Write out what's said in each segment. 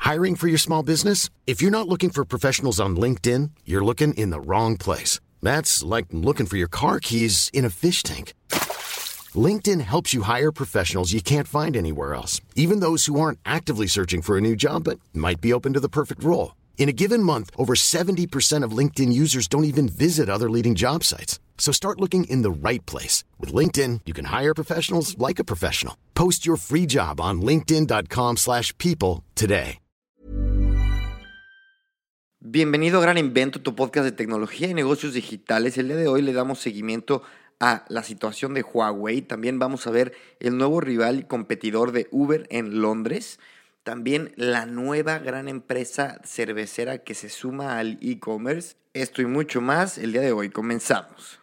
Hiring for your small business? If you're not looking for professionals on LinkedIn, you're looking in the wrong place. That's like looking for your car keys in a fish tank. LinkedIn helps you hire professionals you can't find anywhere else, even those who aren't actively searching for a new job but might be open to the perfect role. In a given month, over 70% of LinkedIn users don't even visit other leading job sites. So start looking in the right place. With LinkedIn, you can hire professionals like a professional. Post your free job on linkedin.com/people today. Bienvenido a Gran Invento, tu podcast de tecnología y negocios digitales. El día de hoy le damos seguimiento a la situación de Huawei. También vamos a ver el nuevo rival y competidor de Uber en Londres. También la nueva gran empresa cervecera que se suma al e-commerce. Esto y mucho más el día de hoy. Comenzamos.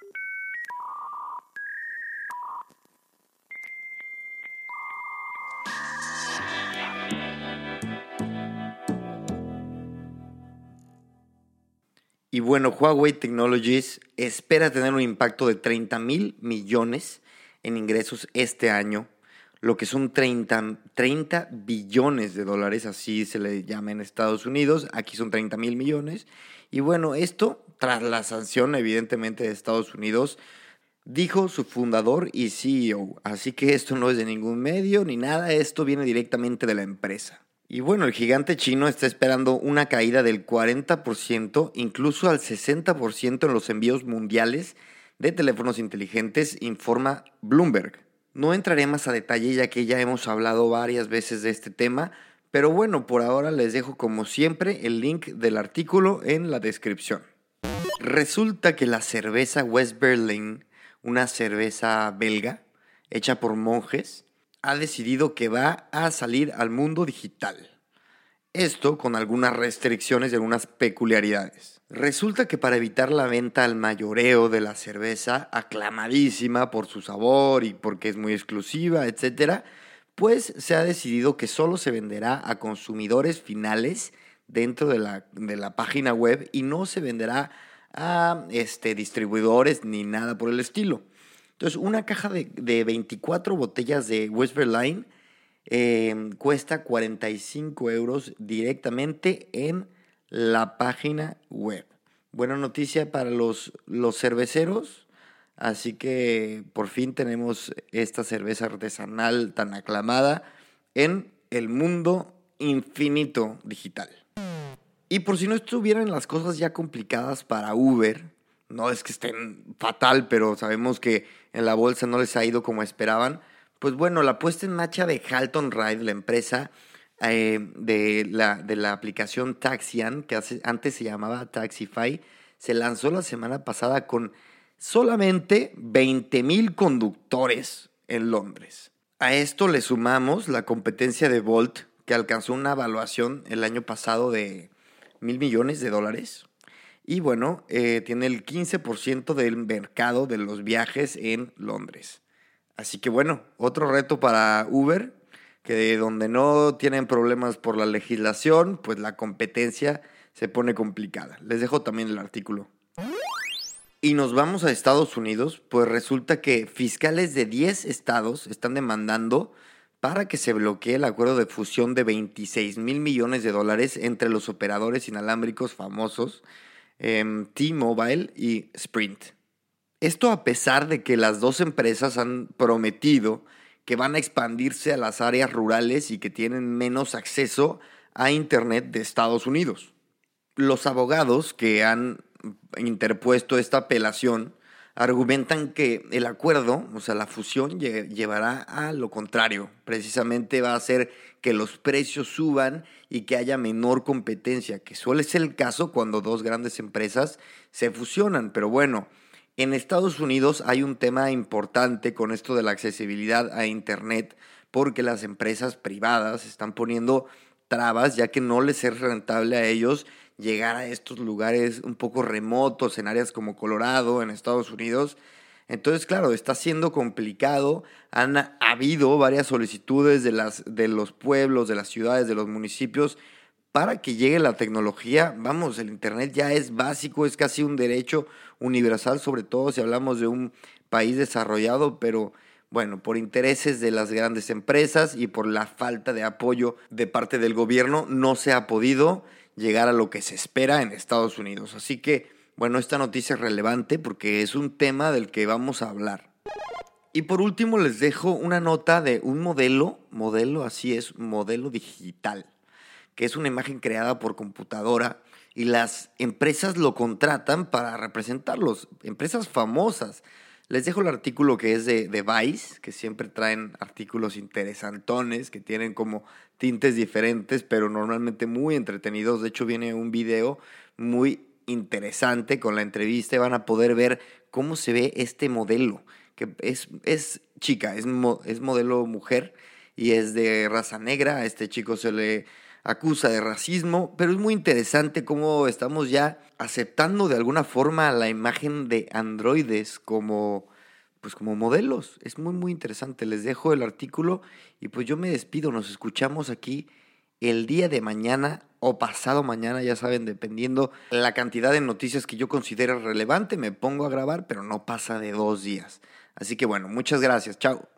Y bueno, Huawei Technologies espera tener un impacto de 30,000 millones en ingresos este año, lo que son 30 billones de dólares, así se le llama en Estados Unidos. Aquí son 30,000 millones. Y bueno, esto tras la sanción evidentemente de Estados Unidos, dijo su fundador y CEO. Así que esto no es de ningún medio ni nada, esto viene directamente de la empresa. Y bueno, el gigante chino está esperando una caída del 40%, incluso al 60% en los envíos mundiales de teléfonos inteligentes, informa Bloomberg. No entraré más a detalle ya que ya hemos hablado varias veces de este tema, pero bueno, por ahora les dejo como siempre el link del artículo en la descripción. Resulta que la cerveza West Berlin, una cerveza belga hecha por monjes, ha decidido que va a salir al mundo digital. Esto con algunas restricciones y algunas peculiaridades. Resulta que para evitar la venta al mayoreo de la cerveza, aclamadísima por su sabor y porque es muy exclusiva, etc., pues se ha decidido que solo se venderá a consumidores finales dentro de la página web y no se venderá a distribuidores ni nada por el estilo. Entonces, una caja de 24 botellas de West Berlin cuesta 45 euros directamente en la página web. Buena noticia para los cerveceros, así que por fin tenemos esta cerveza artesanal tan aclamada en el mundo infinito digital. Y por si no estuvieran las cosas ya complicadas para Uber, no es que estén fatal, pero sabemos que en la bolsa no les ha ido como esperaban. Pues bueno, la puesta en marcha de Halton Ride, la empresa de la aplicación Taxian, que antes se llamaba Taxify, se lanzó la semana pasada con solamente 20,000 conductores en Londres. A esto le sumamos la competencia de Bolt, que alcanzó una evaluación el año pasado de 1,000 millones de dólares. Y bueno, tiene el 15% del mercado de los viajes en Londres. Así que bueno, otro reto para Uber, que de donde no tienen problemas por la legislación, pues la competencia se pone complicada. Les dejo también el artículo. Y nos vamos a Estados Unidos, pues resulta que fiscales de 10 estados están demandando para que se bloquee el acuerdo de fusión de 26,000 millones de dólares entre los operadores inalámbricos famosos T-Mobile y Sprint. Esto a pesar de que las dos empresas han prometido que van a expandirse a las áreas rurales y que tienen menos acceso a Internet de Estados Unidos. Los abogados que han interpuesto esta apelación argumentan que el acuerdo, o sea, la fusión, llevará a lo contrario. Precisamente va a hacer que los precios suban y que haya menor competencia, que suele ser el caso cuando dos grandes empresas se fusionan. Pero bueno, en Estados Unidos hay un tema importante con esto de la accesibilidad a Internet, porque las empresas privadas están poniendo trabas, ya que no les es rentable a ellos llegar a estos lugares un poco remotos, en áreas como Colorado, en Estados Unidos. Entonces, claro, está siendo complicado. Han habido varias solicitudes de los pueblos, de las ciudades, de los municipios, para que llegue la tecnología. Vamos, el Internet ya es básico, es casi un derecho universal, sobre todo si hablamos de un país desarrollado, pero bueno, por intereses de las grandes empresas y por la falta de apoyo de parte del gobierno, no se ha podido llegar a lo que se espera en Estados Unidos. Así que, bueno, esta noticia es relevante porque es un tema del que vamos a hablar. Y por último les dejo una nota de un modelo digital, que es una imagen creada por computadora y las empresas lo contratan para representarlos, empresas famosas. Les dejo el artículo que es de Vice, que siempre traen artículos interesantones, que tienen como tintes diferentes, pero normalmente muy entretenidos. De hecho, viene un video muy interesante con la entrevista y van a poder ver cómo se ve este modelo, que es chica, es modelo mujer y es de raza negra. A este chico se le acusa de racismo, pero es muy interesante cómo estamos ya aceptando de alguna forma la imagen de androides como modelos. Es muy, muy interesante. Les dejo el artículo y pues yo me despido. Nos escuchamos aquí el día de mañana o pasado mañana, ya saben, dependiendo la cantidad de noticias que yo considere relevante, me pongo a grabar, pero no pasa de 2 días. Así que bueno, muchas gracias. Chao.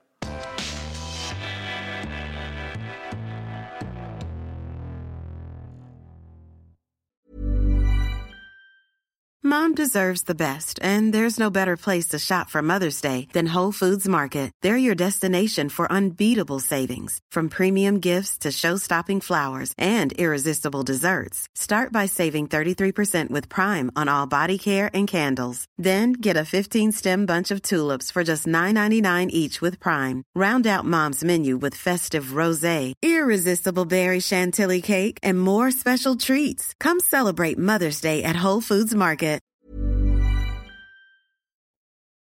Mom deserves the best, and there's no better place to shop for Mother's Day than Whole Foods Market. They're your destination for unbeatable savings, from premium gifts to show-stopping flowers and irresistible desserts. Start by saving 33% with Prime on all body care and candles. Then get a 15-stem bunch of tulips for just $9.99 each with Prime. Round out Mom's menu with festive rosé, irresistible berry chantilly cake, and more special treats. Come celebrate Mother's Day at Whole Foods Market.